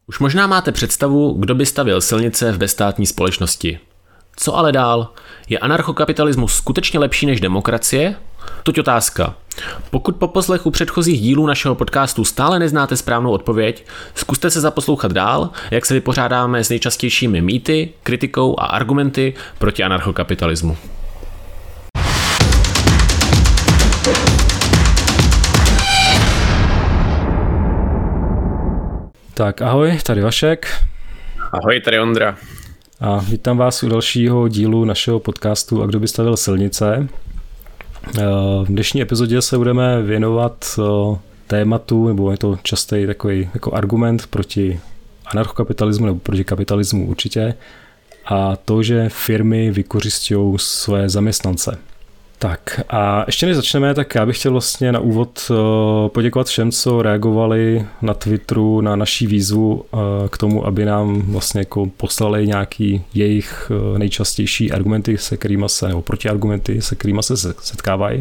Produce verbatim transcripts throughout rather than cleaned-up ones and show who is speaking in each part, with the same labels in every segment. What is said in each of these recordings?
Speaker 1: Už možná máte představu, kdo by stavěl silnice v bezstátní společnosti. Co ale dál? Je anarchokapitalismus skutečně lepší než demokracie? Toť otázka. Pokud po poslechu předchozích dílů našeho podcastu stále neznáte správnou odpověď, zkuste se zaposlouchat dál, jak se vypořádáme s nejčastějšími mýty, kritikou a argumenty proti anarchokapitalismu.
Speaker 2: Tak ahoj, tady Vašek.
Speaker 1: Ahoj, tady Ondra.
Speaker 2: A vítám vás u dalšího dílu našeho podcastu A kdo by stavěl silnice. V dnešní epizodě se budeme věnovat tématu, nebo je to častý takový jako argument proti anarchokapitalismu nebo proti kapitalismu určitě, a to, že firmy vykořisťují své zaměstnance. Tak a ještě než začneme, tak já bych chtěl vlastně na úvod poděkovat všem, co reagovali na Twitteru na naší výzvu k tomu, aby nám vlastně jako poslali nějaký jejich nejčastější argumenty, se kterýma se, nebo protiargumenty, se kterýma se setkávají.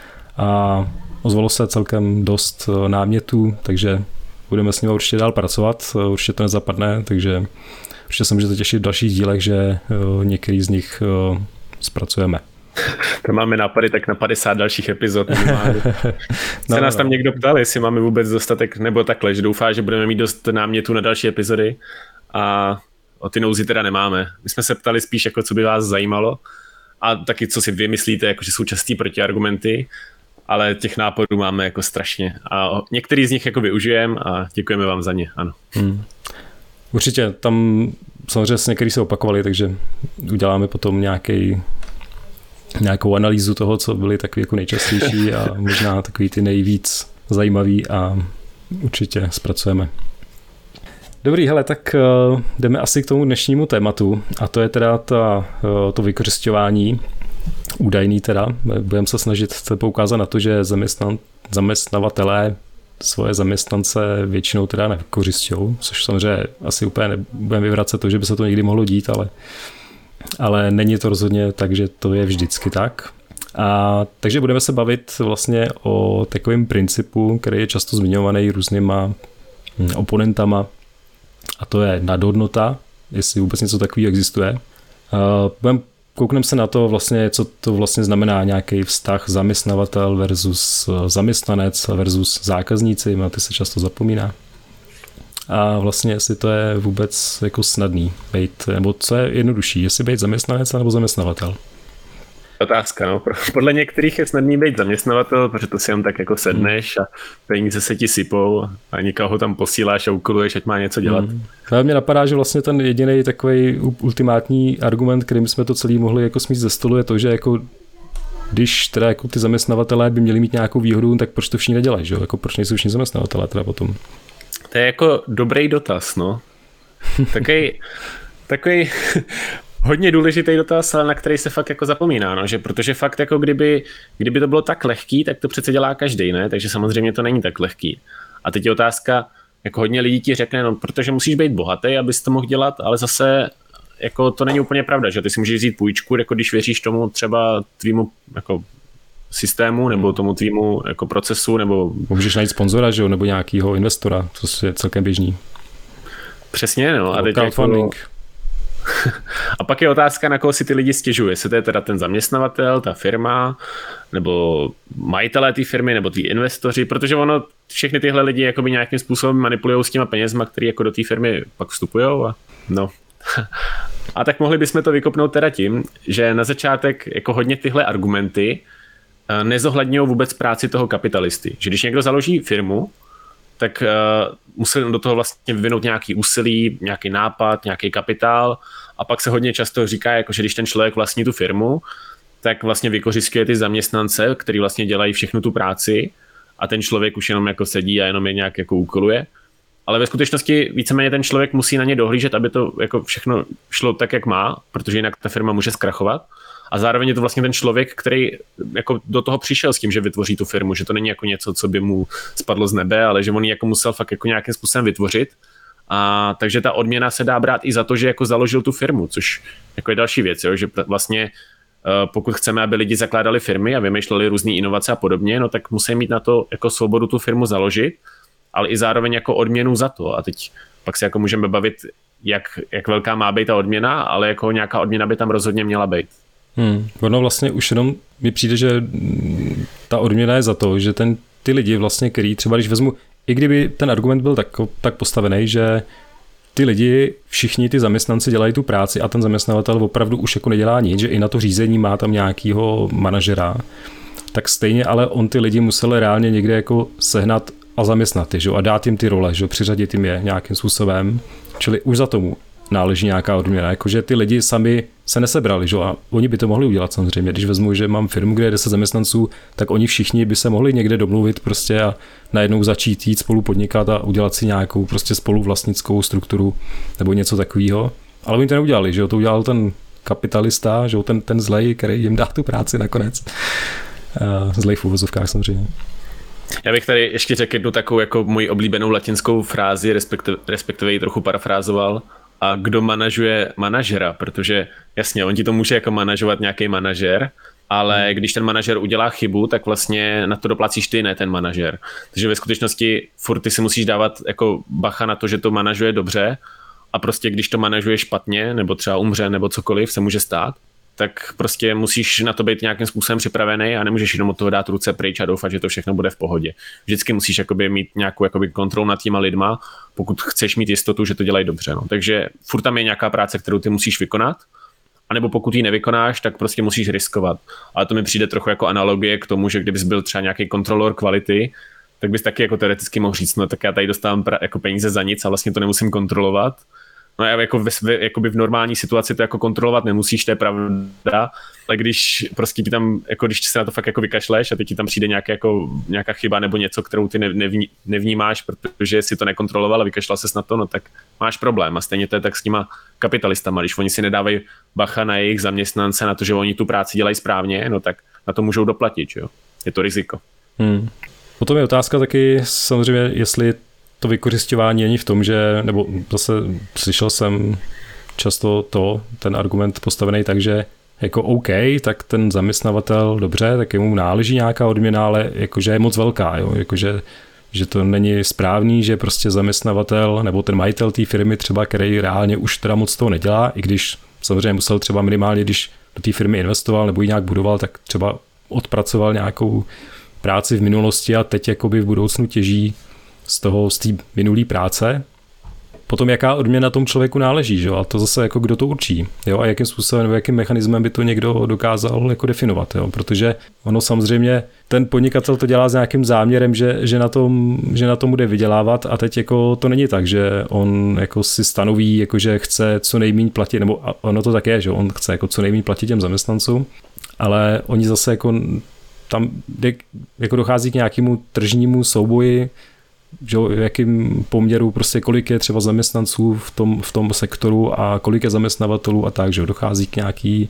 Speaker 2: A ozvalo se celkem dost námětů, takže budeme s nimi určitě dál pracovat, určitě to nezapadne, takže určitě se můžete těšit v dalších dílech, že některý z nich zpracujeme.
Speaker 1: To máme nápady tak na padesát dalších epizod. Se no, nás tam no. někdo ptal, jestli máme vůbec dostatek, nebo takhle, že doufá, že budeme mít dost námětů na další epizody a o ty nouzy teda nemáme. My jsme se ptali spíš, jako co by vás zajímalo a taky co si vy myslíte, jako že jsou častý protiargumenty, ale těch nápadů máme jako strašně a některý z nich jako využijeme a děkujeme vám za ně, ano. Hmm.
Speaker 2: Určitě, tam samozřejmě některý se opakovali, takže uděláme potom nějaký nějakou analýzu toho, co byly takový jako nejčastější a možná takový ty nejvíc zajímavý a určitě zpracujeme. Dobrý, hele, tak uh, jdeme asi k tomu dnešnímu tématu a to je teda ta, uh, to vykořisťování údajný teda. Budeme se snažit poukázat na to, že zaměstnan, zaměstnavatelé svoje zaměstnance většinou teda nevykořisťují, což samozřejmě asi úplně nebudeme vyvracet to, že by se to někdy mohlo dít, ale ale není to rozhodně tak, že to je vždycky tak. A takže budeme se bavit vlastně o takovém principu, který je často zmiňovaný různýma oponentama, a to je nadhodnota, jestli vůbec něco takového existuje. Koukneme se na to vlastně, co to vlastně znamená nějaký vztah zaměstnavatel versus zaměstnanec versus zákazníci, na ty se často zapomíná. A vlastně jestli to je vůbec jako snadný být, nebo co je jednodušší, jestli být zaměstnanec nebo zaměstnavatel?
Speaker 1: Otázka, no. Podle některých je snadný být zaměstnavatel, protože to si jen tak jako sedneš a peníze se ti sypou a někoho tam posíláš a úkoluješ, ať má něco dělat. Hmm.
Speaker 2: A mě napadá, že vlastně ten jediný takový ultimátní argument, kterým jsme to celý mohli jako smít ze stolu, je to, že jako když teda jako ty zaměstnavatelé by měli mít nějakou výhodu, tak proč to všichni nedělají, že jo? Jako proč nejsou všichni zaměstnavatelé teda potom?
Speaker 1: To je jako dobrý dotaz, no. Takový, takový hodně důležitý dotaz, ale na který se fakt jako zapomíná, no, že protože fakt jako kdyby, kdyby to bylo tak lehký, tak to přece dělá každý, ne? Takže samozřejmě to není tak lehký. A teď je otázka, jako hodně lidí ti řekne, no, protože musíš být bohatý, abys to mohl dělat, ale zase jako to není úplně pravda, že ty si můžeš vzít půjčku, jako když věříš tomu třeba tvýmu jako systému nebo tomu tvýmu jako procesu, nebo...
Speaker 2: Můžeš najít sponzora, že jo, nebo nějakýho investora, to je celkem běžný.
Speaker 1: Přesně, no. A, teď
Speaker 2: crowdfunding.
Speaker 1: Jako... a pak je otázka, na koho si ty lidi stěžují, jestli to je teda ten zaměstnavatel, ta firma, nebo majitelé té firmy, nebo ty investoři, protože ono, všechny tyhle lidi jakoby nějakým způsobem manipulujou s těma penězma, který jako do té firmy pak vstupujou a no... a tak mohli bychom to vykopnout teda tím, že na začátek jako hodně tyhle argumenty nezohledňují vůbec práci toho kapitalisty. Že když někdo založí firmu, tak uh, musí do toho vlastně vyvinout nějaký úsilí, nějaký nápad, nějaký kapitál a pak se hodně často říká, jako, že když ten člověk vlastní tu firmu, tak vlastně vykořisťuje ty zaměstnance, který vlastně dělají všechnu tu práci a ten člověk už jenom jako sedí a jenom je nějak jako úkoluje. Ale ve skutečnosti víceméně ten člověk musí na ně dohlížet, aby to jako všechno šlo tak, jak má, protože jinak ta firma může zkrachovat. A zároveň je to vlastně ten člověk, který jako do toho přišel s tím, že vytvoří tu firmu, že to není jako něco, co by mu spadlo z nebe, ale že on ji jako musel fakt jako nějakým způsobem vytvořit. A takže ta odměna se dá brát i za to, že jako založil tu firmu, což jako je další věc, jo, že vlastně pokud chceme, aby lidi zakládali firmy a vymýšleli různé inovace a podobně, no tak musí mít na to jako svobodu tu firmu založit, ale i zároveň jako odměnu za to. A teď Pak se jako můžeme bavit, jak, jak velká má být ta odměna, ale jako nějaká odměna by tam rozhodně měla být.
Speaker 2: Hmm. Ono vlastně už jenom mi přijde, že ta odměna je za to, že ten, ty lidi vlastně, který třeba když vezmu, i kdyby ten argument byl tak, tak postavený, že ty lidi, všichni ty zaměstnanci dělají tu práci a ten zaměstnavatel opravdu už jako nedělá nic, že i na to řízení má tam nějakýho manažera, tak stejně ale on ty lidi musel reálně někde jako sehnat a zaměstnat je, že? A dát jim ty role, že? Přiřadit jim je nějakým způsobem, čili už za tomu náleží nějaká odměna, jakože ty lidi sami se nesebrali, že? A oni by to mohli udělat samozřejmě, když vezmu, že mám firmu, kde je deset zaměstnanců, tak oni všichni by se mohli někde domluvit prostě a najednou začít jít spolu podnikat a udělat si nějakou prostě spoluvlastnickou strukturu nebo něco takového, ale oni to neudělali, že? To udělal ten kapitalista, že? Ten, ten zlej, který jim dá tu práci nakonec. Zlej v uvozovkách samozřejmě.
Speaker 1: Já bych tady ještě řekl jednu takovou jako moji oblíbenou latinskou frázi, respektive, respektive ji trochu parafrázoval. A kdo manažuje manažera, protože jasně, on ti to může jako manažovat nějaký manažer, ale když ten manažer udělá chybu, tak vlastně na to doplácíš ty, ne ten manažer. Takže ve skutečnosti furt ty si musíš dávat jako bacha na to, že to manažuje dobře a prostě když to manažuje špatně, nebo třeba umře, nebo cokoliv se může stát, tak prostě musíš na to být nějakým způsobem připravený a nemůžeš jenom od toho dát ruce pryč a doufat, že to všechno bude v pohodě. Vždycky musíš jakoby mít nějakou jakoby kontrolu nad těma lidma, pokud chceš mít jistotu, že to dělají dobře. No. Takže furt tam je nějaká práce, kterou ty musíš vykonat, anebo pokud ji nevykonáš, tak prostě musíš riskovat. Ale to mi přijde trochu jako analogie k tomu, že kdybys byl třeba nějaký kontrolor kvality, tak bys taky jako teoreticky mohl říct, no tak já tady dostávám pra- jako peníze za nic a vlastně to nemusím kontrolovat. No a jako v, v, v normální situaci to jako kontrolovat nemusíš, to je pravda, ale když prostě ti tam, jako když se na to fakt jako vykašleš a teď ti tam přijde nějaké, jako, nějaká chyba nebo něco, kterou ty nevní, nevnímáš, protože si to nekontroloval a vykašlal ses na to, no tak máš problém. A stejně to je tak s těma kapitalistama, když oni si nedávají bacha na jejich zaměstnance, na to, že oni tu práci dělají správně, no tak na to můžou doplatit, jo. Je to riziko.
Speaker 2: Hmm. Potom je otázka taky samozřejmě, jestli to vykořisťování není v tom, že, nebo zase slyšel jsem často to, ten argument postavený tak, že jako OK, tak ten zaměstnavatel, dobře, tak jemu náleží nějaká odměna, ale jakože je moc velká, jo, jakože že to není správný, že prostě zaměstnavatel nebo ten majitel té firmy třeba, který reálně už teda moc toho nedělá, i když samozřejmě musel třeba minimálně, když do té firmy investoval nebo ji nějak budoval, tak třeba odpracoval nějakou práci v minulosti a teď jakoby v budoucnu těží z toho, z té minulé práce. Potom jaká odměna tomu člověku náleží, že? A to zase jako kdo to určí, jo? A jakým způsobem nebo jakým mechanismem by to někdo dokázal jako definovat, jo? Protože ono samozřejmě ten podnikatel to dělá s nějakým záměrem, že, že, na tom, že na tom bude vydělávat a teď jako to není tak, že on jako si stanoví, jako že chce co nejméně platit, nebo ono to tak je, že on chce jako co nejméně platit těm zaměstnancům, ale oni zase jako tam jako dochází k nějakému tržnímu souboji, že v jakým poměru prostě kolik je třeba zaměstnanců v tom, v tom sektoru a kolik je zaměstnavatelů a tak, že dochází k nějaký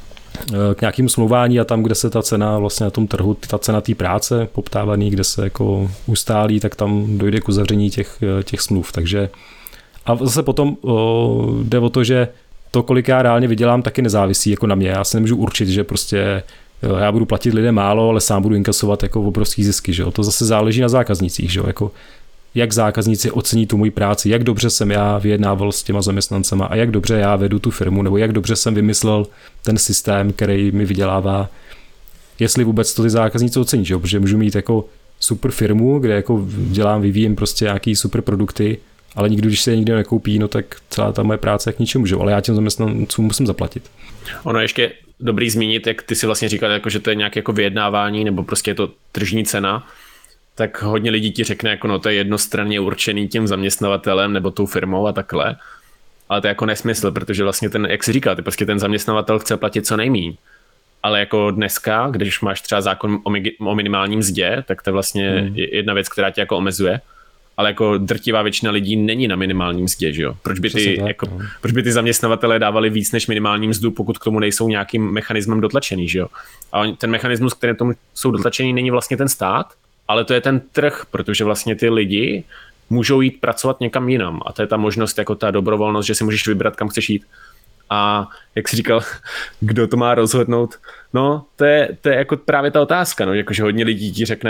Speaker 2: k nějakému smlouvání a tam, kde se ta cena vlastně na tom trhu, ta cena té práce poptávaný, kde se jako ustálí, tak tam dojde k uzavření těch, těch smluv, takže a zase potom o, jde o to, že to, kolik já reálně vydělám, taky nezávisí jako na mě, já se nemůžu určit, že prostě já budu platit lidem málo, ale sám budu inkasovat jako obrovský zisky, že jo? To zase záleží na zákaznicích, že jo? Jako jak zákazníci ocení tu moji práci, jak dobře jsem já vyjednával s těma zaměstnancema a jak dobře já vedu tu firmu, nebo jak dobře jsem vymyslel ten systém, který mi vydělává, jestli vůbec to ty zákazníci ocení, že jo? Protože můžu mít jako super firmu, kde jako dělám, vyvíjím prostě nějaký super produkty, ale nikdo, když se je nikdo nekoupí, no tak celá ta moje práce je k ničemu, že jo? Ale já těm zaměstnancům musím zaplatit.
Speaker 1: Ono ještě dobrý zmínit, jak ty si vlastně říkal, jako, že to je nějaké jako vyjednávání nebo prostě je to tržní cena, tak hodně lidí ti řekne, jako no to je jednostranně určený tím zaměstnavatelem nebo tou firmou a takhle, ale to je jako nesmysl, protože vlastně ten, jak si říkal, ty prostě ten zaměstnavatel chce platit co nejméně, ale jako dneska, když máš třeba zákon o, mi, o minimálním mzdě, tak to je vlastně hmm. jedna věc, která tě jako omezuje, ale jako drtivá většina lidí není na minimálním mzdě, že jo? Proč by ty, tak, jako, no. proč by ty zaměstnavatelé dávali víc než minimální mzdu, pokud k tomu nejsou nějakým mechanismem dotlačený, že jo? A ten mechanismus, který tomu jsou dotlačený, není vlastně ten stát, ale to je ten trh, protože vlastně ty lidi můžou jít pracovat někam jinam a to je ta možnost, jako ta dobrovolnost, že si můžeš vybrat, kam chceš jít. A jak jsi říkal, kdo to má rozhodnout? No, to je, to je jako právě ta otázka, no, jakože hodně lidí ti řekne,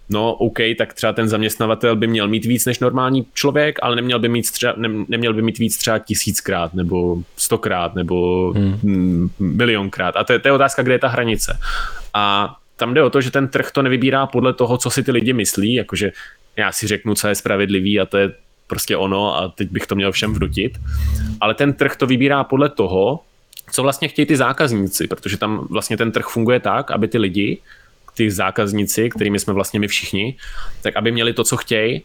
Speaker 1: no OK, tak třeba ten zaměstnavatel by měl mít víc než normální člověk, ale neměl by mít třeba, ne, neměl by mít víc třeba tisíckrát, nebo stokrát, nebo hmm. milionkrát. A to je, to je otázka, kde je ta hranice. A tam jde o to, že ten trh to nevybírá podle toho, co si ty lidi myslí, jakože já si řeknu, co je spravedlivý a to je prostě ono a teď bych to měl všem vnutit. Ale ten trh to vybírá podle toho, co vlastně chtějí ty zákazníci, protože tam vlastně ten trh funguje tak, aby ty lidi, ty zákazníci, kterými jsme vlastně my všichni, tak aby měli to, co chtějí.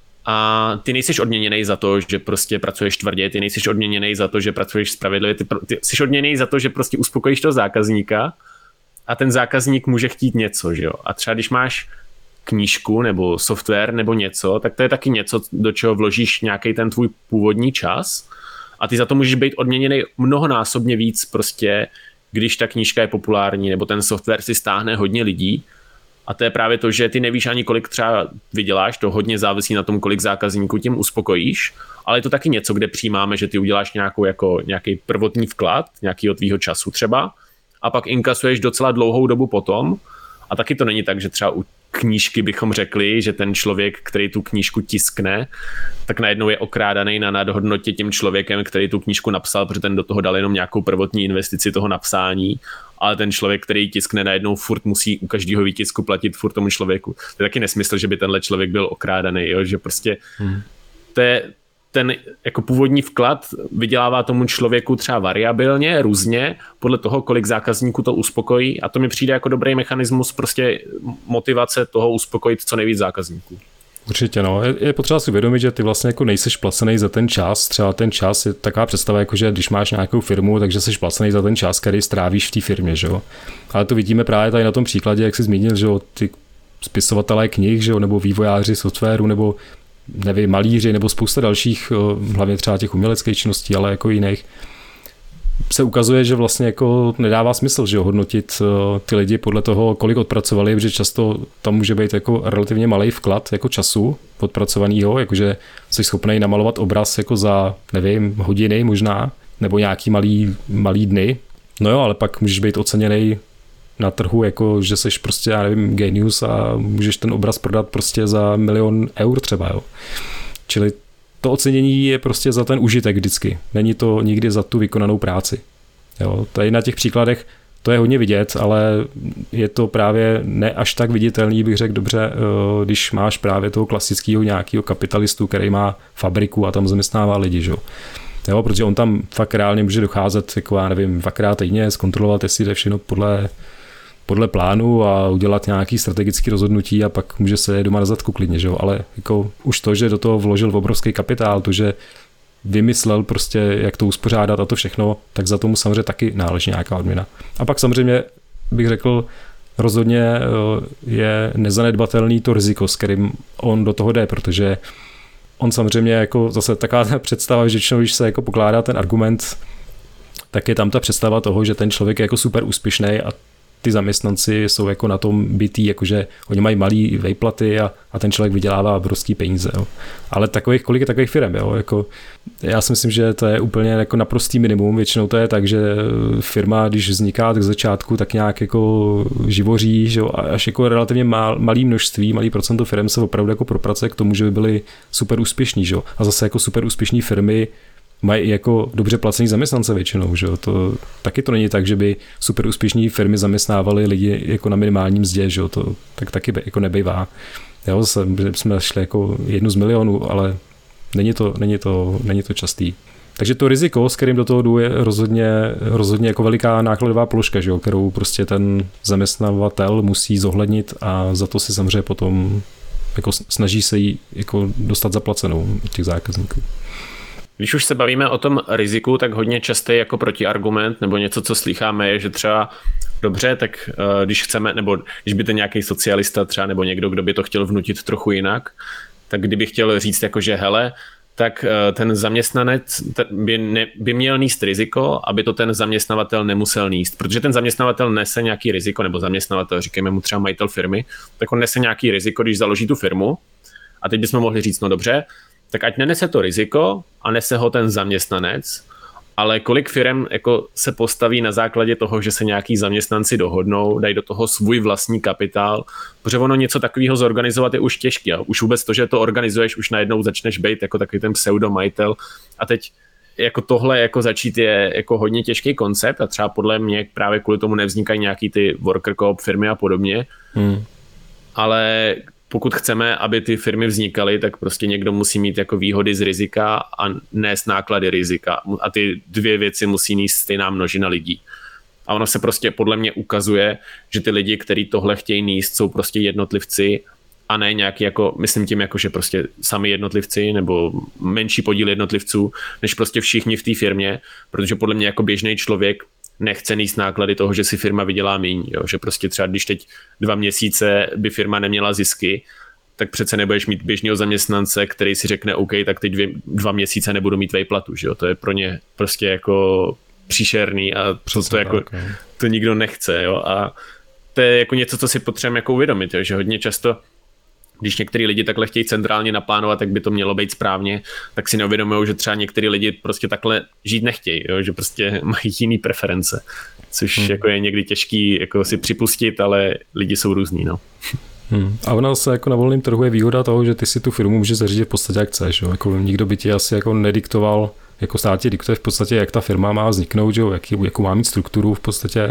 Speaker 1: A ty nejsiš odměněný za to, že prostě pracuješ tvrdě, ty nejsiš odměněný za to, že pracuješ spravedlivě, ty, ty jsi odměněný za to, že prostě uspokojíš toho zákazníka a ten zákazník může chtít něco, že jo. A třeba když máš knížku nebo software nebo něco, tak to je taky něco, do čeho vložíš nějaký ten tvůj původní čas a ty za to můžeš být odměněný mnohonásobně víc prostě, když ta knížka je populární nebo ten software si stáhne hodně lidí. A to je právě to, že ty nevíš ani kolik třeba vyděláš, to hodně závisí na tom, kolik zákazníků tím uspokojíš, ale je to taky něco, kde přijímáme, že ty uděláš nějakou jako nějaký prvotní vklad, nějakýho tvýho času třeba a pak inkasuješ docela dlouhou dobu potom. A taky to není tak, že třeba u knížky bychom řekli, že ten člověk, který tu knížku tiskne, tak najednou je okrádaný na nadhodnotě tím člověkem, který tu knížku napsal, protože ten do toho dal jenom nějakou prvotní investici toho napsání, ale ten člověk, který ji tiskne, najednou furt musí u každého výtisku platit furt tomu člověku. To je taky nesmysl, že by tenhle člověk byl okrádaný, jo? Že prostě hmm. to je ten jako původní vklad vydělává tomu člověku třeba variabilně, různě, podle toho, kolik zákazníků to uspokojí a to mi přijde jako dobrý mechanismus prostě motivace toho uspokojit co nejvíc zákazníků.
Speaker 2: Určitě, no. Je, je potřeba si uvědomit, že ty vlastně jako nejseš placený za ten čas. Třeba ten čas je taková představa, jako že když máš nějakou firmu, takže jsi placený za ten čas, který strávíš v té firmě, že jo. Ale to vidíme právě tady na tom příkladě, jak jsi zmínil, že jo, ty spisovatelé knih, že jo, nebo vývojáři softwaru, nebo nevím, malíři, nebo spousta dalších, hlavně třeba těch uměleckých činností, ale jako jiných, se ukazuje, že vlastně jako nedává smysl, že jo, hodnotit ty lidi podle toho, kolik odpracovali, protože často tam může být jako relativně malý vklad jako času odpracovanýho, jakože jsi schopný namalovat obraz jako za, nevím, hodiny možná, nebo nějaký malý, malý dny. No jo, ale pak můžeš být oceněný na trhu, jako že seš prostě, já nevím, genius a můžeš ten obraz prodat prostě za milion eur třeba, jo. Čili to ocenění je prostě za ten užitek vždycky. Není to nikdy za tu vykonanou práci. Jo, tady na těch příkladech to je hodně vidět, ale je to právě ne až tak viditelný, bych řekl dobře, když máš právě toho klasického nějakého kapitalistu, který má fabriku a tam zaměstnává lidi, že jo. Jo, protože on tam fakt reálně může docházet, jako já nevím, dvakrát týdně, zkontrolovat, jestli jde všechno podle, podle plánu a udělat nějaký strategický rozhodnutí a pak může se doma na zadku klidně, že jo? Ale jako už to, že do toho vložil obrovský kapitál, to, že vymyslel prostě, jak to uspořádat a to všechno, tak za tomu samozřejmě taky náleží nějaká odměna. A pak samozřejmě bych řekl, rozhodně je nezanedbatelný to riziko, s kterým on do toho jde, protože on samozřejmě jako zase taková ta představa, že když se jako pokládá ten argument, tak je tam ta představa toho, že ten člověk je jako super úspěšný a ty zaměstnanci jsou jako na tom bytý, jakože oni mají malý vejplaty a, a ten člověk vydělává obrovský peníze. Jo. Ale takových, kolik je takových firem? Jo? Jako, já si myslím, že to je úplně jako naprostý minimum. Většinou to je tak, že firma, když vzniká tak z začátku, tak nějak jako živoří, že jo? Až jako relativně mal, malý množství, malý procento firm se opravdu jako propracuje k tomu, že by byly super úspěšní. Že jo? A zase jako super úspěšní firmy mají jako dobře placený zaměstnance většinou, že jo? To taky to není tak, že by super úspěšní firmy zaměstnávaly lidi jako na minimálním mzdě, že jo? To tak taky jako nebejvá. Jo, zase jsme šli jako jednu z milionů, ale není to, není to, není to častý. Takže to riziko, s kterým do toho jdu, je rozhodně, rozhodně jako veliká nákladová položka, že jo? Kterou prostě ten zaměstnavatel musí zohlednit a za to si samozřejmě potom jako snaží se jí jako dostat zaplacenou od těch zákazníků.
Speaker 1: Když už se bavíme o tom riziku, tak hodně častý jako protiargument nebo něco, co slycháme, je, že třeba dobře, tak když chceme, nebo když by ten nějaký socialista třeba nebo někdo, kdo by to chtěl vnutit trochu jinak, tak kdyby chtěl říct jako, že hele, tak ten zaměstnanec by, ne, by měl nést riziko, aby to ten zaměstnavatel nemusel nést, protože ten zaměstnavatel nese nějaký riziko, nebo zaměstnavatel, říkejme mu třeba majitel firmy, tak on nese nějaký riziko, když založí tu firmu a teď bychom mohli říct, no dobře, tak ať nenese to riziko a nese ho ten zaměstnanec ale kolik firem jako se postaví na základě toho, že se nějaký zaměstnanci dohodnou, dají do toho svůj vlastní kapitál, protože ono něco takového zorganizovat je už těžké. A už vůbec to, že to organizuješ, už najednou začneš být jako takový ten pseudomajitel. A teď jako tohle jako začít je jako hodně těžký koncept a třeba podle mě právě kvůli tomu nevznikají nějaký ty worker co-op firmy a podobně. Hmm. Ale pokud chceme, aby ty firmy vznikaly, tak prostě někdo musí mít jako výhody z rizika a nést náklady rizika. A ty dvě věci musí nést stejná množina lidí. A ono se prostě podle mě ukazuje, že ty lidi, kteří tohle chtějí nést, jsou prostě jednotlivci a ne nějaký jako, myslím tím jako, že prostě sami jednotlivci nebo menší podíl jednotlivců, než prostě všichni v té firmě, protože podle mě jako běžný člověk nechce nést náklady toho, že si firma vydělá míň, jo? Že prostě třeba když teď dva měsíce by firma neměla zisky, tak přece nebudeš mít běžného zaměstnance, který si řekne OK, tak teď dvě, dva měsíce nebudu mít výplatu, že jo? To je pro ně prostě jako příšerný a to, to, jako, to nikdo nechce, jo? A to je jako něco, co si potřebujeme jako uvědomit, jo? Že hodně často když některý lidi takhle chtějí centrálně naplánovat, tak by to mělo být správně, tak si neuvědomují, že třeba některý lidi prostě takhle žít nechtějí, jo? Že prostě mají jiný preference, což hmm. jako je někdy těžký jako si připustit, ale lidi jsou různý. No.
Speaker 2: Hmm. A u nás se jako na volném trhu je výhoda toho, že ty si tu firmu můžeš zařídit v podstatě jak chceš. Jo? Jako nikdo by ti asi jako nediktoval, jako stát ti diktuje v podstatě, jak ta firma má vzniknout, jo? Jak, jakou má mít strukturu v podstatě,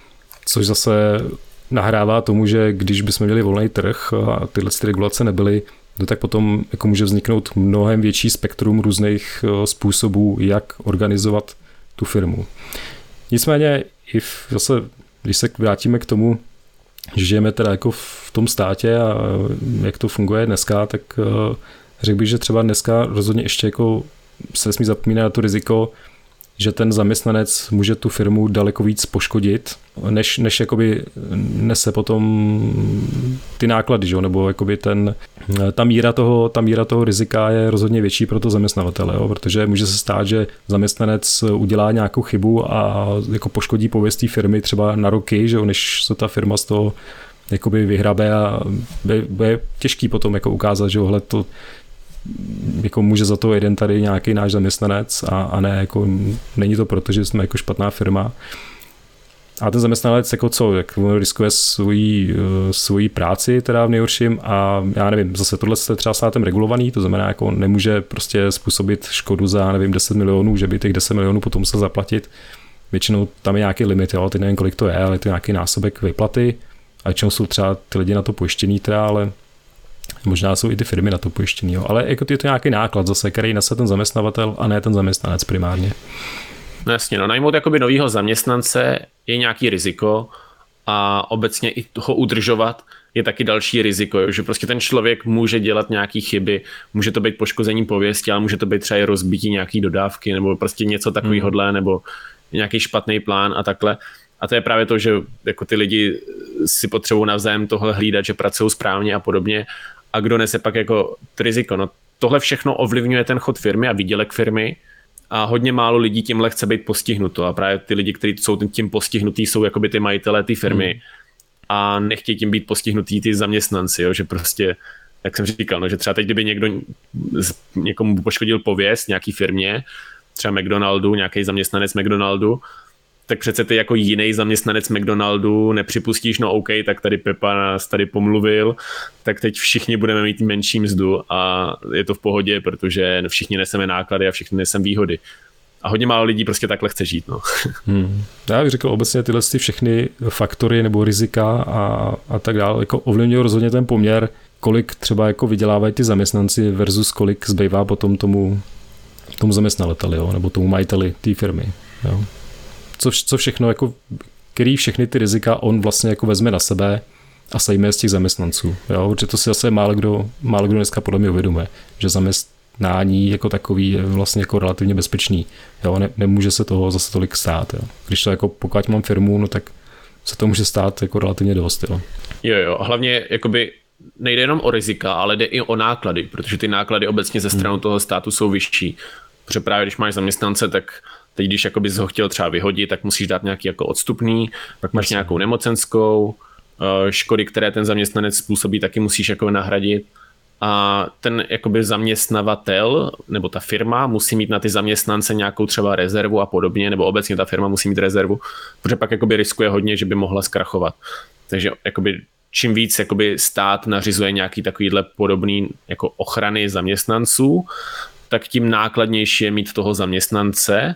Speaker 2: což zase nahrává tomu, že když bychom měli volný trh a tyhle regulace nebyly, no tak potom jako může vzniknout mnohem větší spektrum různých způsobů, jak organizovat tu firmu. Nicméně, i v, zase, když se vrátíme k tomu, že žijeme teda jako v tom státě a jak to funguje dneska, tak řekl bych, že třeba dneska rozhodně ještě jako se nesmí zapomínat na to riziko, že ten zaměstnanec může tu firmu daleko víc poškodit, než, než jakoby nese potom ty náklady, že? Nebo jakoby ten, ta, míra toho, ta míra toho rizika je rozhodně větší pro to zaměstnavatele, jo? Protože může se stát, že zaměstnanec udělá nějakou chybu a jako poškodí pověst té firmy třeba na roky, že? Než se ta firma z toho jakoby vyhrabe a bude těžký potom jako ukázat, že ohled to jako může za to jeden tady nějaký náš zaměstnanec a, a ne, jako není to proto, že jsme jako špatná firma. A ten zaměstnanec jako co, jak riskuje svoji, svoji práci teda v nejhorším a já nevím, zase tohle je třeba státem regulovaný, to znamená jako nemůže prostě způsobit škodu za nevím deset milionů, že by těch deset milionů potom musel zaplatit. Většinou tam je nějaký limit, jo, teď nevím kolik to je, ale to je nějaký násobek výplaty a většinou jsou třeba ty lidi na to pojištěný teda, ale možná jsou i ty firmy na to pojištěný, jo. Ale jako je to nějaký náklad zase, který nese ten zaměstnavatel a ne ten zaměstnanec primárně.
Speaker 1: No jasně, no najmout jakoby novýho zaměstnance je nějaký riziko a obecně i toho udržovat je taky další riziko, jo, že prostě ten člověk může dělat nějaký chyby, může to být poškození pověsti, ale může to být třeba i rozbití nějaký dodávky nebo prostě něco takovýhodle, hmm. nebo nějaký špatný plán a takhle. A to je právě to, že jako ty lidi si potřebují navzájem tohle hlídat, že pracují správně a podobně. A kdo nese pak jako riziko? No tohle všechno ovlivňuje ten chod firmy a výdělek firmy a hodně málo lidí tímhle chce být postihnuto a právě ty lidi, kteří jsou tím postihnutí, jsou jakoby ty majitelé té firmy hmm. a nechtějí tím být postihnutí ty zaměstnanci, jo? Že prostě, jak jsem říkal, no, že třeba teď, kdyby někdo někomu poškodil pověst nějaký firmě, třeba McDonaldu, nějaký zaměstnanec McDonaldu, tak přece ty jako jiný zaměstnanec McDonaldu nepřipustíš, no OK, tak tady Pepa nás tady pomluvil, tak teď všichni budeme mít menší mzdu a je to v pohodě, protože všichni neseme náklady a všichni neseme výhody. A hodně málo lidí prostě takhle chce žít. No.
Speaker 2: Hmm. Já bych řekl obecně tyhle ty všechny faktory nebo rizika a, a tak dále, jako ovlivňují rozhodně ten poměr, kolik třeba jako vydělávají ty zaměstnanci versus kolik zbývá potom tomu, tomu zaměstnavateli, jo, nebo tomu majiteli té firmy. Jo. Co, co všechno, jako, který všechny ty rizika on vlastně jako vezme na sebe a sejme z těch zaměstnanců. Jo? Protože to si zase málo kdo, málo kdo dneska podle mě uvědomuje, že zaměstnání jako takový je vlastně jako relativně bezpečný. Jo? Ne, nemůže se toho zase tolik stát. Jo? Když to jako pokud mám firmu, no tak se to může stát jako relativně dost. Jo,
Speaker 1: jo, jo. A hlavně jakoby nejde jenom o rizika, ale jde i o náklady, protože ty náklady obecně ze strany hmm. toho státu jsou vyšší. Protože právě když máš zaměstnance, tak teď, když jako bys ho chtěl třeba vyhodit, tak musíš dát nějaký jako odstupný, pak máš nějakou nemocenskou, škody, které ten zaměstnanec způsobí, taky musíš jako nahradit. a ten jakoby zaměstnavatel nebo ta firma musí mít na ty zaměstnance nějakou třeba rezervu a podobně, nebo obecně ta firma musí mít rezervu, protože pak jakoby riskuje hodně, že by mohla zkrachovat. Takže jakoby čím víc jakoby stát nařizuje nějaký takovýhle podobný jako ochrany zaměstnanců, tak tím nákladnější je mít toho zaměstnance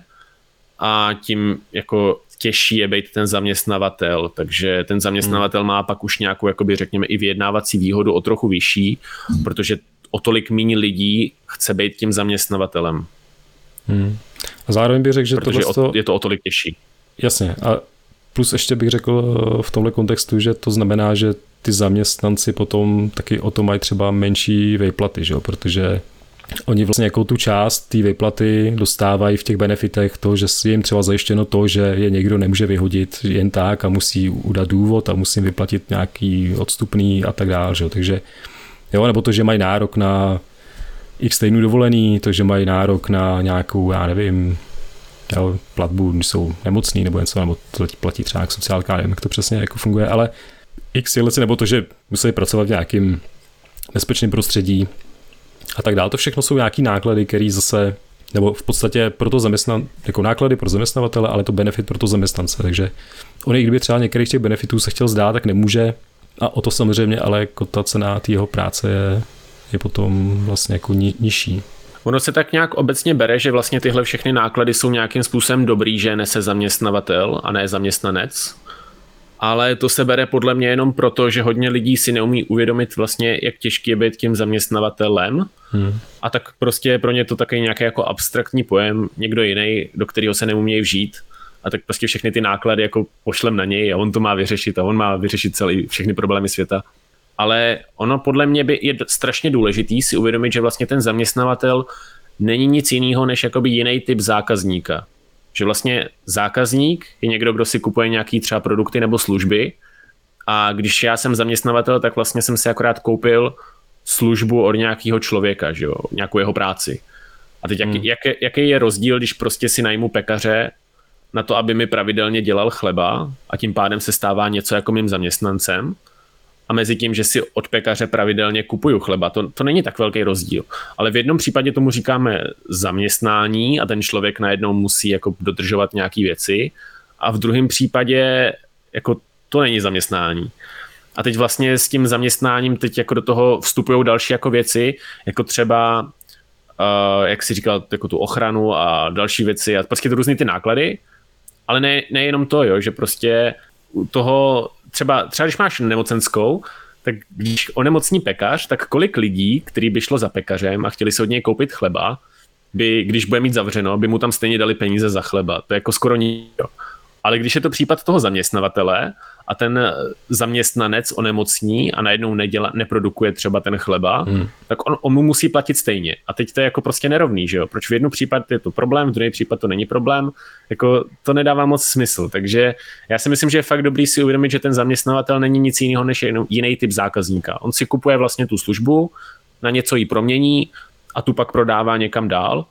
Speaker 1: a tím jako těžší je být ten zaměstnavatel, takže ten zaměstnavatel má pak už nějakou, jakoby řekněme, i vyjednávací výhodu o trochu vyšší, protože o tolik méně lidí chce být tím zaměstnavatelem.
Speaker 2: Hmm. A zároveň bych řekl, že
Speaker 1: protože
Speaker 2: tohleto...
Speaker 1: je to o tolik těžší.
Speaker 2: Jasně. A plus ještě bych řekl v tomhle kontextu, že to znamená, že ty zaměstnanci potom taky o to mají třeba menší výplaty, že jo? Protože oni vlastně jako tu část té výplaty dostávají v těch benefitech toho, že si jim třeba zajištěno to, že je někdo nemůže vyhodit jen tak a musí udat důvod a musí vyplatit nějaký odstupný a tak dále. Že? Takže jo, nebo to, že mají nárok na x týdnů dovolený, to, že mají nárok na nějakou, já nevím, jo, platbu, když jsou nemocný nebo něco, nebo to platí třeba jak sociálka, nevím, jak to přesně jako funguje, ale x leci, nebo to, že musí pracovat v nějakým bezpečném prostředí a tak dále. To všechno jsou nějaký náklady, který zase, nebo v podstatě pro to zaměstnan, jako náklady pro zaměstnavatele, ale to benefit pro to zaměstnance. Takže on, i kdyby třeba některých těch benefitů se chtěl zdát, tak nemůže. A o to samozřejmě, ale jako ta cena té jeho práce je, je potom vlastně jako ni, nižší.
Speaker 1: Ono se tak nějak obecně bere, že vlastně tyhle všechny náklady jsou nějakým způsobem dobrý, že nese zaměstnavatel a ne zaměstnanec. Ale to se bere podle mě jenom proto, že hodně lidí si neumí uvědomit vlastně, jak těžký je být tím zaměstnavatelem. Hmm. A tak prostě pro ně to taky nějaký jako abstraktní pojem, někdo jiný, do kterého se neumějí vžít. A tak prostě všechny ty náklady jako pošlem na něj a on to má vyřešit a on má vyřešit celý, všechny problémy světa. Ale ono podle mě by je strašně důležitý si uvědomit, že vlastně ten zaměstnavatel není nic jiného než jakoby jiný typ zákazníka. Že vlastně zákazník je někdo, kdo si kupuje nějaký třeba produkty nebo služby a když já jsem zaměstnavatel, tak vlastně jsem si akorát koupil službu od nějakého člověka, že jo, nějakou jeho práci. A teď hmm. jak, jak, jaký je rozdíl, když prostě si najmu pekaře na to, aby mi pravidelně dělal chleba a tím pádem se stává něco jako mým zaměstnancem a mezi tím, že si od pekaře pravidelně kupuju chleba, to, to není tak velký rozdíl. Ale v jednom případě tomu říkáme zaměstnání a ten člověk najednou musí jako dodržovat nějaké věci a v druhém případě jako to není zaměstnání. A teď vlastně s tím zaměstnáním teď jako do toho vstupují další jako věci, jako třeba, uh, jak si říkal, jako tu ochranu a další věci a prostě to různý ty náklady, ale ne, nejenom to, jo, že prostě u toho Třeba, třeba když máš nemocenskou, tak když onemocní pekař, tak kolik lidí, který by šlo za pekařem a chtěli si od něj koupit chleba, by, když bude mít zavřeno, by mu tam stejně dali peníze za chleba. To je jako skoro nikdo. Ale když je to případ toho zaměstnavatele a ten zaměstnanec onemocní a najednou neděla, neprodukuje třeba ten chleba, hmm. tak on, on mu musí platit stejně. A teď to je jako prostě nerovný, že jo? Proč v jednom případ je to problém, v druhém případ to není problém, jako to nedává moc smysl. Takže já si myslím, že je fakt dobrý si uvědomit, že ten zaměstnavatel není nic jiného než jiný typ zákazníka. On si kupuje vlastně tu službu, na něco ji promění a tu pak prodává někam dál.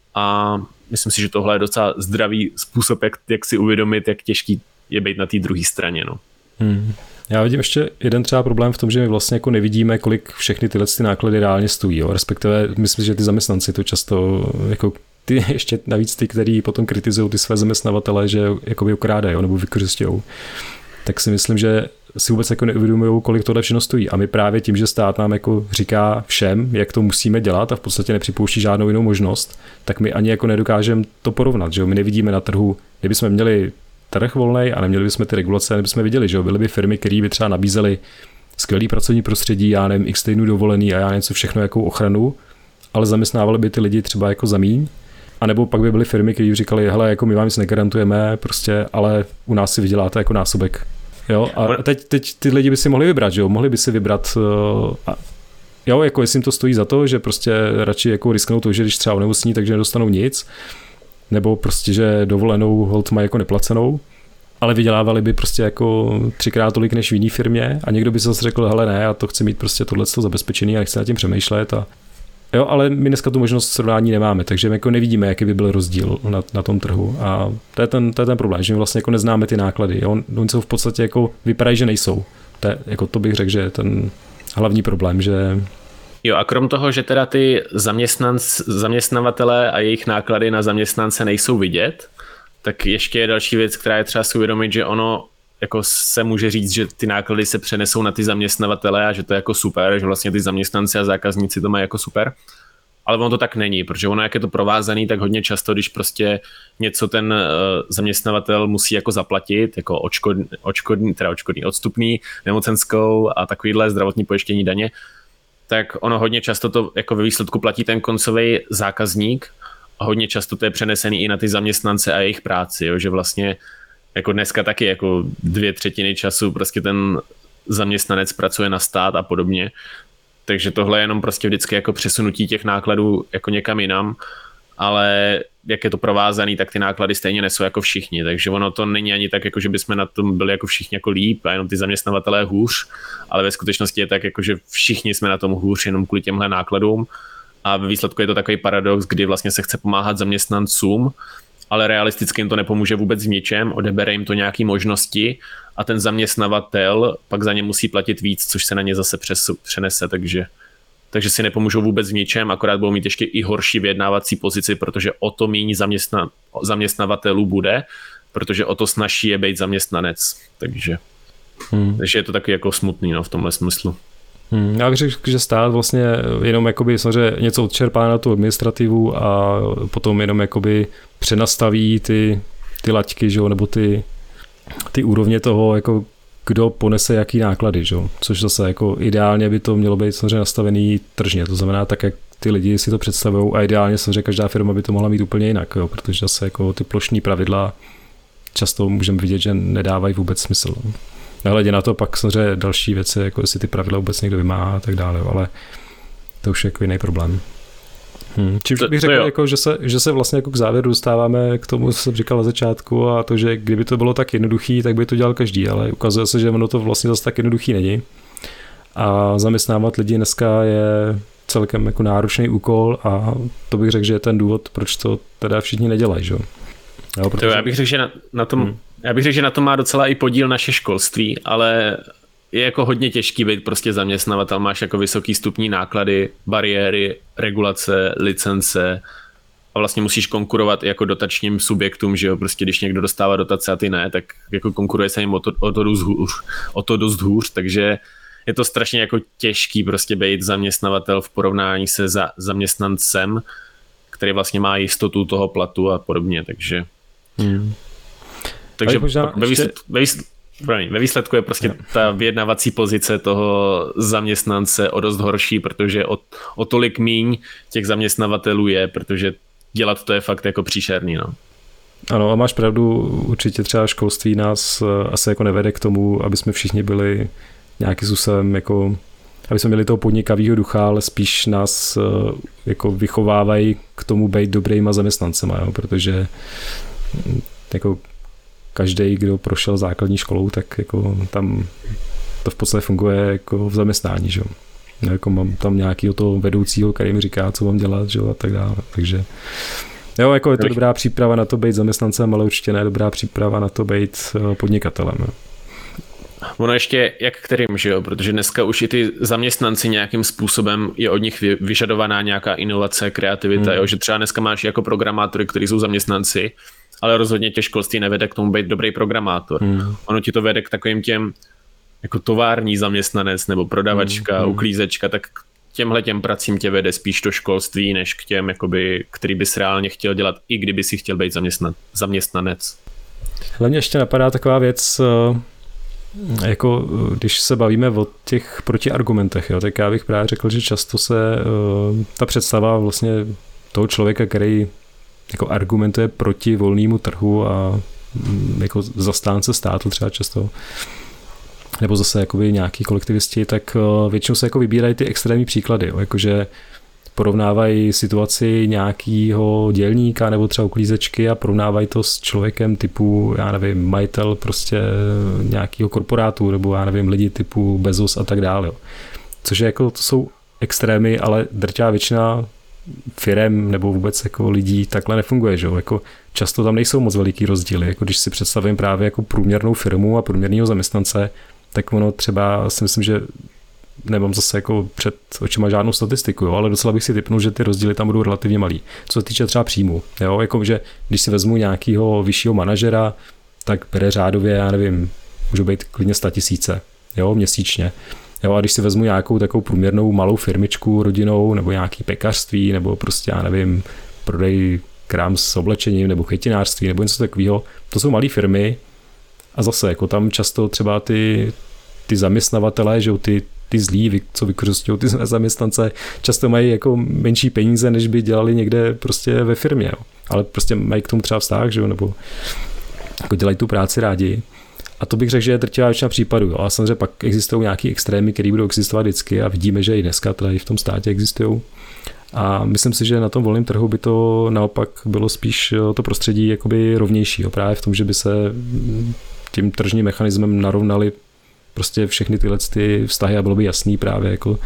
Speaker 1: A myslím si, že tohle je docela zdravý způsob, jak, jak si uvědomit, jak těžký je být na té druhé straně. No.
Speaker 2: Hmm. Já vidím ještě jeden třeba problém v tom, že my vlastně jako nevidíme, kolik všechny tyhle ty náklady reálně stojí. Jo. Respektive myslím, že ty zaměstnanci to často, jako ty ještě navíc ty, kteří potom kritizují ty své zaměstnavatele, že jakoby okrádají nebo vykořisťují, tak si myslím, že si vůbec jako neuvědomují, kolik tohle všechno stojí. A my právě tím, že stát nám jako říká všem, jak to musíme dělat a v podstatě nepřipouští žádnou jinou možnost, tak my ani jako nedokážeme to porovnat. Že jo? My nevidíme na trhu, kdybychom měli trh volnej a neměli bychom ty regulace, nebychom viděli, že jo? Byly by firmy, které by třeba nabízely skvělý pracovní prostředí, já nevím, x týdnů dovolený a já něco všechno jako ochranu, ale zaměstnávali by ty lidi třeba jako za míň. A nebo pak by byly firmy, které říkali, hele, jako my vám nic negarantujeme, prostě, ale u nás si vyděláte jako násobek. Jo, a teď, teď ty lidi by si mohli vybrat, že jo, mohli by si vybrat, uh, a, jo, jako jestli jim to stojí za to, že prostě radši jako risknou to, že když třeba onemocní, takže nedostanou nic, nebo prostě, že dovolenou holt mají jako neplacenou, ale vydělávali by prostě jako třikrát tolik než v jiné firmě a někdo by se zase řekl, hele ne, já to chci mít prostě tohleto zabezpečený a nechci nad tím přemýšlet a jo, ale my dneska tu možnost srovnání nemáme, takže my jako nevidíme, jaký by byl rozdíl na, na tom trhu a to je, ten, to je ten problém, že my vlastně jako neznáme ty náklady, jo? Oni jsou v podstatě jako vypadají, že nejsou. To, je, jako to bych řekl, že je ten hlavní problém, že
Speaker 1: Jo, a krom toho, že teda ty zaměstnavatele a jejich náklady na zaměstnance nejsou vidět, tak ještě je další věc, která je třeba si uvědomit, že ono jako se může říct, že ty náklady se přenesou na ty zaměstnavatele a že to je jako super, že vlastně ty zaměstnanci a zákazníci to mají jako super. Ale ono to tak není, protože ono, jak je to provázaný, tak hodně často, když prostě něco ten uh, zaměstnavatel musí jako zaplatit, jako odškodný, odškodný, teda odškodný odstupný, nemocenskou a takovýhle zdravotní pojištění daně, tak ono hodně často to jako ve výsledku platí ten koncový zákazník a hodně často to je přenesený i na ty zaměstnance a jejich práci, jo, že vlastně jako dneska taky jako dvě třetiny času prostě ten zaměstnanec pracuje na stát a podobně. Takže tohle je jenom prostě vždycky jako přesunutí těch nákladů jako někam jinam, ale jak je to provázaný, tak ty náklady stejně nesou jako všichni, takže ono to není ani tak, jako že bychom na tom byli jako všichni jako líp a jenom ty zaměstnavatelé hůř, ale ve skutečnosti je tak, jako že všichni jsme na tom hůř jenom kvůli těmhle nákladům a ve výsledku je to takový paradox, kdy vlastně se chce pomáhat zaměstnancům, ale realisticky jim to nepomůže vůbec v ničem, odebere jim to nějaké možnosti a ten zaměstnavatel pak za ně musí platit víc, což se na ně zase přenese, takže, takže si nepomůžou vůbec v ničem, akorát budou mít ještě i horší vyjednávací pozici, protože o to méně zaměstna, zaměstnavatelů bude, protože o to snazší je být zaměstnanec, takže, hmm. takže je to taky jako smutný, no, v tomhle smyslu.
Speaker 2: Hmm, já bych řekl, že stát vlastně jenom jakoby samozřejmě něco odčerpá na tu administrativu a potom jenom jakoby přenastaví ty, ty laťky, že jo, nebo ty, ty úrovně toho, jako kdo ponese jaký náklady, že jo, což zase jako ideálně by to mělo být samozřejmě nastavený tržně, to znamená tak, jak ty lidi si to představují a ideálně samozřejmě každá firma by to mohla mít úplně jinak, jo, protože zase jako ty plošní pravidla často můžeme vidět, že nedávají vůbec smysl. Nehledě na to pak samozřejmě další věci, jako jestli ty pravidla vůbec někdo vymáhá a tak dále, ale to už je jako jiný problém. Hmm. Čímž bych řekl, jako, že, se, že se vlastně jako k závěru dostáváme k tomu, co jsem říkal na začátku a to, že kdyby to bylo tak jednoduchý, tak by to dělal každý, ale ukazuje se, že ono to vlastně zase tak jednoduchý není. A zaměstnávat lidi dneska je celkem jako náročný úkol a to bych řekl, že je ten důvod, proč to teda všichni nedělají. Že? Jo, protože...
Speaker 1: to já bych řekl, že na, na tom... Hmm. Já bych řekl, že na tom má docela i podíl naše školství, ale je jako hodně těžký být prostě zaměstnavatel. Máš jako vysoký stupní náklady, bariéry, regulace, licence a vlastně musíš konkurovat jako dotačním subjektům, že jo, prostě když někdo dostává dotace a ty ne, tak jako konkuruje se jim o to, o to, dost, hůř, o to dost hůř, takže je to strašně jako těžký prostě být zaměstnavatel v porovnání se za zaměstnancem, který vlastně má jistotu toho platu a podobně, takže... Hmm. Takže ve výsledku, ve, výsledku, ve výsledku je prostě ta vyjednávací pozice toho zaměstnance o dost horší, protože o, o tolik míň těch zaměstnavatelů je, protože dělat to je fakt jako příšerný. No.
Speaker 2: Ano, a máš pravdu, určitě třeba školství nás asi jako nevede k tomu, aby jsme všichni byli nějakým způsobem jako, aby jsme měli toho podnikavého ducha, ale spíš nás jako vychovávají k tomu být dobrýma zaměstnancema, jo, protože jako každý, kdo prošel základní školou, tak jako tam to v podstatě funguje jako v zaměstnání, že jo. Jako mám tam nějakého toho vedoucího, který mi říká, co mám dělat, že jo, a tak dále. Takže jo, jako je to dobrá příprava na to být zaměstnancem, ale určitě ne dobrá příprava na to být podnikatelem. Jo.
Speaker 1: Ono ještě jak kterým, že jo, protože dneska už i ty zaměstnanci nějakým způsobem je od nich vyžadovaná nějaká inovace, kreativita, hmm. jo, že třeba dneska máš jako programátory, kteří jsou zaměstnanci, ale rozhodně tě školství nevede k tomu být dobrý programátor. Hmm. Ono ti to vede k takovým těm jako tovární zaměstnanec nebo prodavačka, hmm. uklízečka, tak k těmhle těm pracím tě vede spíš do školství, než k těm, jakoby, který bys reálně chtěl dělat, i kdyby si chtěl být zaměstnan- zaměstnanec.
Speaker 2: Hlavně ještě napadá taková věc, jako když se bavíme o těch protiargumentech, jo, tak já bych právě řekl, že často se ta představa vlastně toho člověka, který jako argumentuje proti volnému trhu a jako zastánce státu třeba často, nebo zase jakoby nějaký kolektivisti, tak většinou se jako vybírají ty extrémní příklady, jo, jakože porovnávají situaci nějakého dělníka nebo třeba uklízečky a porovnávají to s člověkem typu, já nevím, majitel prostě nějakého korporátu nebo já nevím, lidi typu Bezos a tak dále. Jo. Což je jako, to jsou extrémy, ale drtivá většina firem nebo vůbec jako lidí takhle nefunguje, že jo? Jako často tam nejsou moc veliký rozdíly, jako když si představím právě jako průměrnou firmu a průměrného zaměstnance, tak ono třeba si myslím, že nemám zase jako před očima žádnou statistiku, jo, ale docela bych si tipnul, že ty rozdíly tam budou relativně malý. Co se týče třeba příjmu, jo, jako že když si vezmu nějakého vyššího manažera, tak bere řádově, já nevím, můžou být klidně sta tisíce, jo, měsíčně. Jo, a když si vezmu nějakou takovou průměrnou malou firmičku rodinou, nebo nějaký pekařství, nebo prostě, já nevím, prodej krám s oblečením, nebo chytinářství, nebo něco takového, to jsou malé firmy a zase, jako tam často třeba ty, ty zaměstnavatelé, že ty, ty zlí, co vykořisťují ty zaměstnance, často mají jako menší peníze, než by dělali někde prostě ve firmě, jo. Ale prostě mají k tomu třeba vztah, že jo, nebo jako dělají tu práci rádi. A to bych řekl, že je drtivá většina případů. Jo. A samozřejmě pak existují nějaké extrémy, které budou existovat vždycky a vidíme, že i dneska tady v tom státě existují. A myslím si, že na tom volném trhu by to naopak bylo spíš to prostředí jakoby rovnější. Jo. Právě v tom, že by se tím tržním mechanismem narovnaly prostě všechny tyhle ty vztahy a bylo by jasný právě, jako,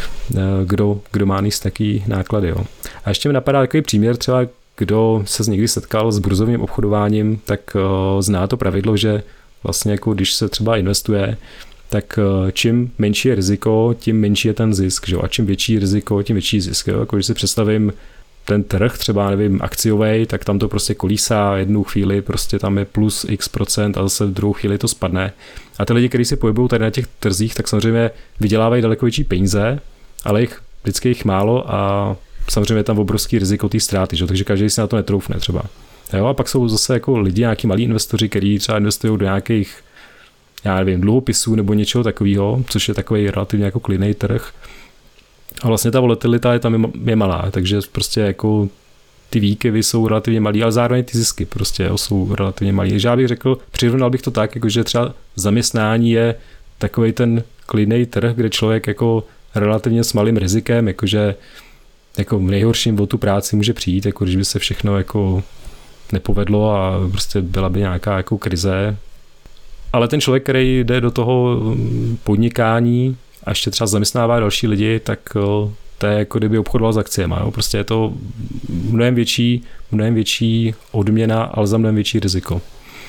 Speaker 2: kdo, kdo má níst taký náklady. Jo. A ještě mi napadá takový příměr, třeba kdo se někdy setkal s burzovním obchodováním, tak zná to pravidlo, že vlastně jako když se třeba investuje, tak čím menší je riziko, tím menší je ten zisk, že? A čím větší riziko, tím větší zisk. Jo? Jako když si představím ten trh, třeba nevím, akciovej, tak tam to prostě kolísá, jednu chvíli prostě tam je plus x procent a zase v druhou chvíli to spadne. A ty lidi, kteří se pohybují tady na těch trzích, tak samozřejmě vydělávají daleko větší peníze, ale jich vždycky jich málo a samozřejmě je tam obrovský riziko té ztráty, že? Takže každý si na to netroufne třeba. Jo, a pak jsou zase jako lidi, nějaký malí investoři, kteří třeba investují do nějakých, já nevím, dluhopisů nebo něčeho takového, což je takový relativně jako klidný trh. A vlastně ta volatilita je tam je malá, takže prostě jako ty výkyvy jsou relativně malý, ale zároveň ty zisky prostě jo, jsou relativně malý. Takže já bych řekl, přirovnal bych to tak, jako že třeba zaměstnání je takový ten klidný trh, kde člověk jako relativně s malým rizikem, jakože jako v nejhorším o tu práci může přijít, jako když by se všechno jako nepovedlo a prostě byla by nějaká jako krize. Ale ten člověk, který jde do toho podnikání a ještě třeba zaměstnává další lidi, tak to je jako kdyby obchodoval s akciemi. Jo? Prostě je to mnohem větší, mnohem větší odměna, ale za mnohem větší riziko.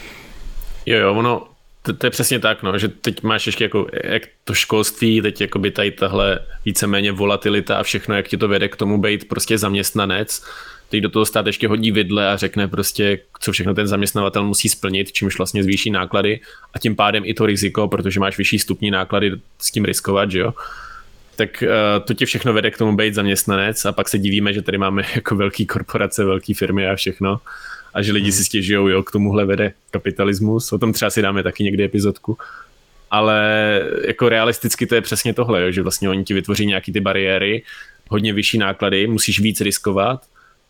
Speaker 1: Jo, jo, ono, to, to je přesně tak, no, že teď máš ještě jako, jak to školství, teď jakoby tady tahle víceméně volatilita a všechno, jak ti to vede k tomu být prostě zaměstnanec. Teď do toho stát ještě hodí vidle a řekne prostě, co všechno ten zaměstnavatel musí splnit, čímž vlastně zvýší náklady a tím pádem i to riziko, protože máš vyšší stupní náklady s tím riskovat, že jo. Tak uh, to tě všechno vede k tomu být zaměstnanec a pak se divíme, že tady máme jako velký korporace, velké firmy a všechno a že lidi hmm. si stěžujou, jo, k tomuhle vede kapitalismus. O tom třeba si dáme taky někdy epizodku. Ale jako realisticky to je přesně tohle, jo, že vlastně oni ti vytvoří nějaký ty bariéry, hodně vyšší náklady, musíš víc riskovat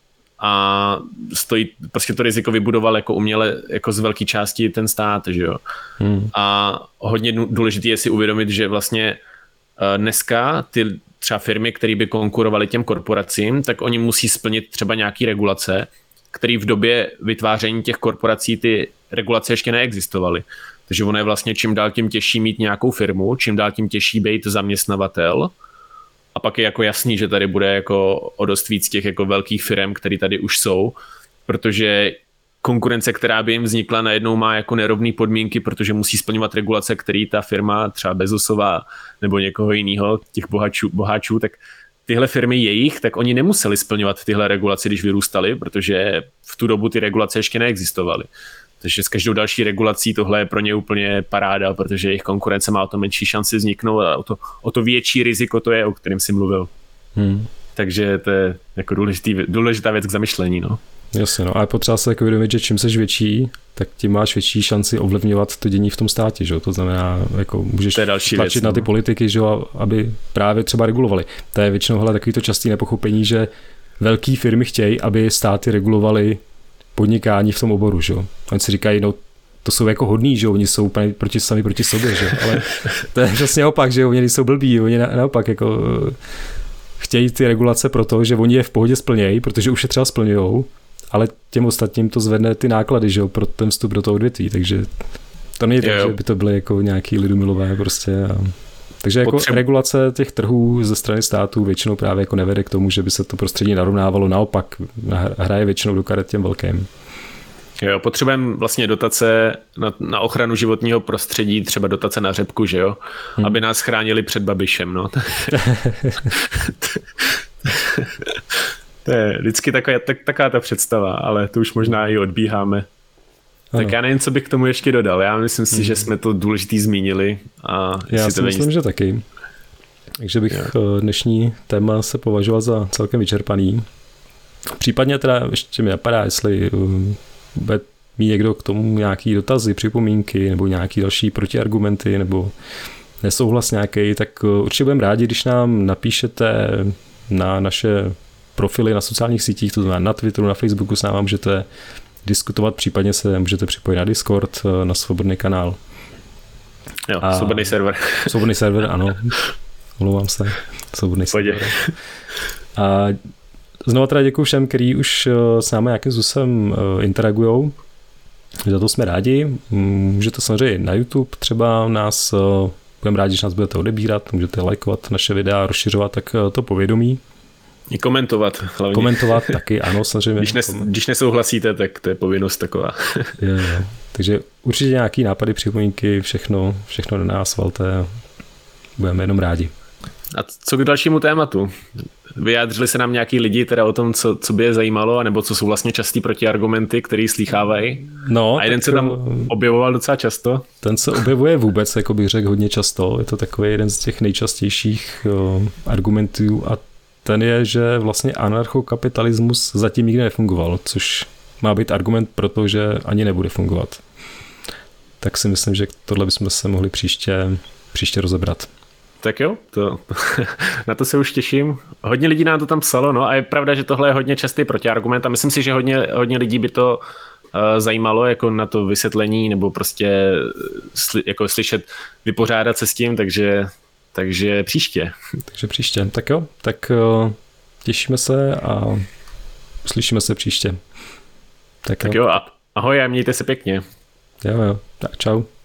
Speaker 1: a stojí, prostě to riziko vybudoval jako uměle, jako z velké části ten stát, že jo. Hmm. A hodně důležité je si uvědomit, že vlastně dneska ty třeba firmy, které by konkurovaly těm korporacím, tak oni musí splnit třeba nějaký regulace, které v době vytváření těch korporací ty regulace ještě neexistovaly. Takže ono je vlastně čím dál tím těžší mít nějakou firmu, čím dál tím těžší být zaměstnavatel. A pak je jako jasný, že tady bude jako o dost víc těch jako velkých firm, které tady už jsou, protože konkurence, která by jim vznikla, najednou má jako nerovné podmínky, protože musí splňovat regulace, který ta firma, třeba Bezosová nebo někoho jiného, těch bohačů, boháčů, tak tyhle firmy jejich, tak oni nemuseli splňovat tyhle regulace, když vyrůstali, protože v tu dobu ty regulace ještě neexistovaly. Takže s každou další regulací tohle je pro ně úplně paráda, protože jejich konkurence má o to menší šanci vzniknout a o to, o to větší riziko to je, o kterém jsi mluvil. Hmm. Takže to je jako důležitý, důležitá věc k zamyšlení. No.
Speaker 2: Jasně, no, ale potřeba se jako vědomit, že čím seš větší, tak tím máš větší šanci ovlivňovat to dění v tom státě, že? To znamená, jako můžeš tlačit věc, na ty no. politiky, že? Aby právě třeba regulovali. To je většinou hele, takový to častý nepochopení, že velké firmy chtějí, aby státy regulovaly podnikání v tom oboru, že? Oni si říkají, no to jsou jako hodný, že oni jsou proti, sami proti sobě, že? Ale to je přesně opak, že oni jsou blbí, oni na, naopak jako chtějí ty regulace proto, že oni je v pohodě splnějí, protože už je třeba splňujou, ale těm ostatním to zvedne ty náklady, že jo, pro ten vstup do toho odvětví, takže to není tak, že by to byly jako nějaký lidumilové prostě. A... Takže jako Potřeb... regulace těch trhů ze strany států většinou právě jako nevede k tomu, že by se to prostředí narovnávalo, naopak hraje většinou do karet těm velkým.
Speaker 1: Jo, potřebujeme vlastně dotace na, na ochranu životního prostředí, třeba dotace na řepku, že jo? Hmm. Aby nás chránili před Babišem, no. To je vždycky taková, tak, taková ta představa, ale to už možná i odbíháme. Ano. Tak já nevím, co bych k tomu ještě dodal. Já myslím si, hmm. že jsme to důležitý zmínili. A
Speaker 2: já si myslím, nic... že taky. Takže bych jo. dnešní téma se považoval za celkem vyčerpaný. Případně teda ještě mi napadá, jestli bude mít někdo k tomu nějaký dotazy, připomínky nebo nějaký další protiargumenty nebo nesouhlas nějaký, tak určitě budeme rádi, když nám napíšete na naše profily na sociálních sítích, to znamená na Twitteru, na Facebooku s náma můžete diskutovat, případně se můžete připojit na Discord, na svobodný kanál.
Speaker 1: Jo, a svobodný server.
Speaker 2: Svobodný server, ano. Omlouvám se. Svobodný
Speaker 1: Pojde.
Speaker 2: server. A znovu teda děkuji všem, kteří už s námi nějakým způsobem interagujou. Za to jsme rádi. Můžete samozřejmě na YouTube třeba nás, budeme rádi, že nás budete odebírat, můžete lajkovat naše videa, rozšiřovat tak to povědomí.
Speaker 1: I komentovat hlavně.
Speaker 2: Komentovat taky, ano, samozřejmě.
Speaker 1: Když, nes, když nesouhlasíte, tak to je povinnost taková.
Speaker 2: Je, je. Takže určitě nějaký nápady, připomínky, všechno, všechno na nás valte. Budeme jenom rádi.
Speaker 1: A co k dalšímu tématu? Vyjádřili se nám nějaký lidi teda o tom, co, co by je zajímalo, nebo co jsou vlastně častý protiargumenty, který slýchávají?
Speaker 2: No,
Speaker 1: a jeden se tam objevoval docela často.
Speaker 2: Ten se objevuje vůbec, jako bych řekl, hodně často. Je to takový jeden z těch nejčastějších uh, argumentů a ten je, že vlastně anarchokapitalismus zatím nikdy nefungoval, což má být argument pro to, že ani nebude fungovat. Tak si myslím, že tohle bychom se mohli příště, příště rozebrat.
Speaker 1: Tak jo, to, na to se už těším. Hodně lidí nám to tam psalo, no a je pravda, že tohle je hodně častý protiargument a myslím si, že hodně, hodně lidí by to uh, zajímalo jako na to vysvětlení nebo prostě sli, jako slyšet, vypořádat se s tím, takže, takže příště.
Speaker 2: Takže příště, tak jo, tak uh, těšíme se a slyšíme se příště.
Speaker 1: Tak, tak jo, jo a ahoj a mějte se pěkně.
Speaker 2: Jo, jo, tak čau.